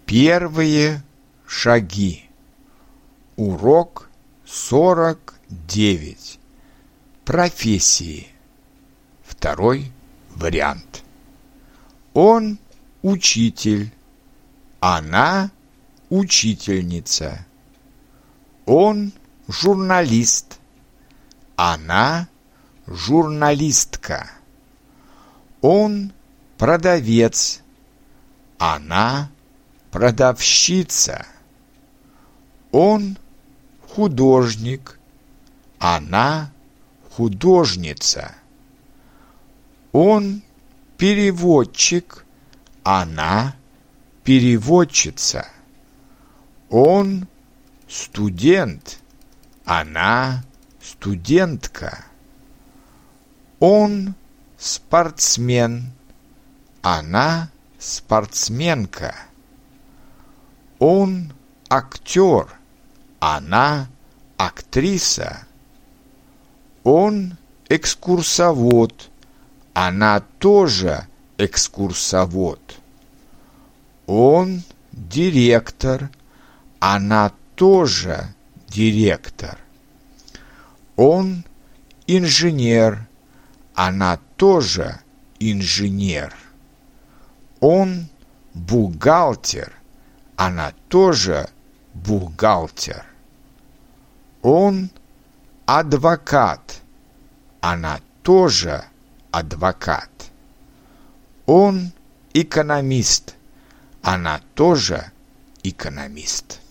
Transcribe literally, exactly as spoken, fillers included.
Первые шаги. Урок сорок девять. Профессии. Второй вариант. Он учитель, она учительница. Он журналист, она журналистка. Он продавец, она продавщица. Он художник, она художница. Он переводчик, она переводчица. Он студент, она студентка. Он спортсмен, она спортсменка. Он актер, она актриса. Он экскурсовод, она тоже экскурсовод. Он директор, она тоже директор. Он инженер, она тоже инженер. Он бухгалтер, она тоже бухгалтер. Он адвокат, она тоже адвокат. Он экономист, она тоже экономист.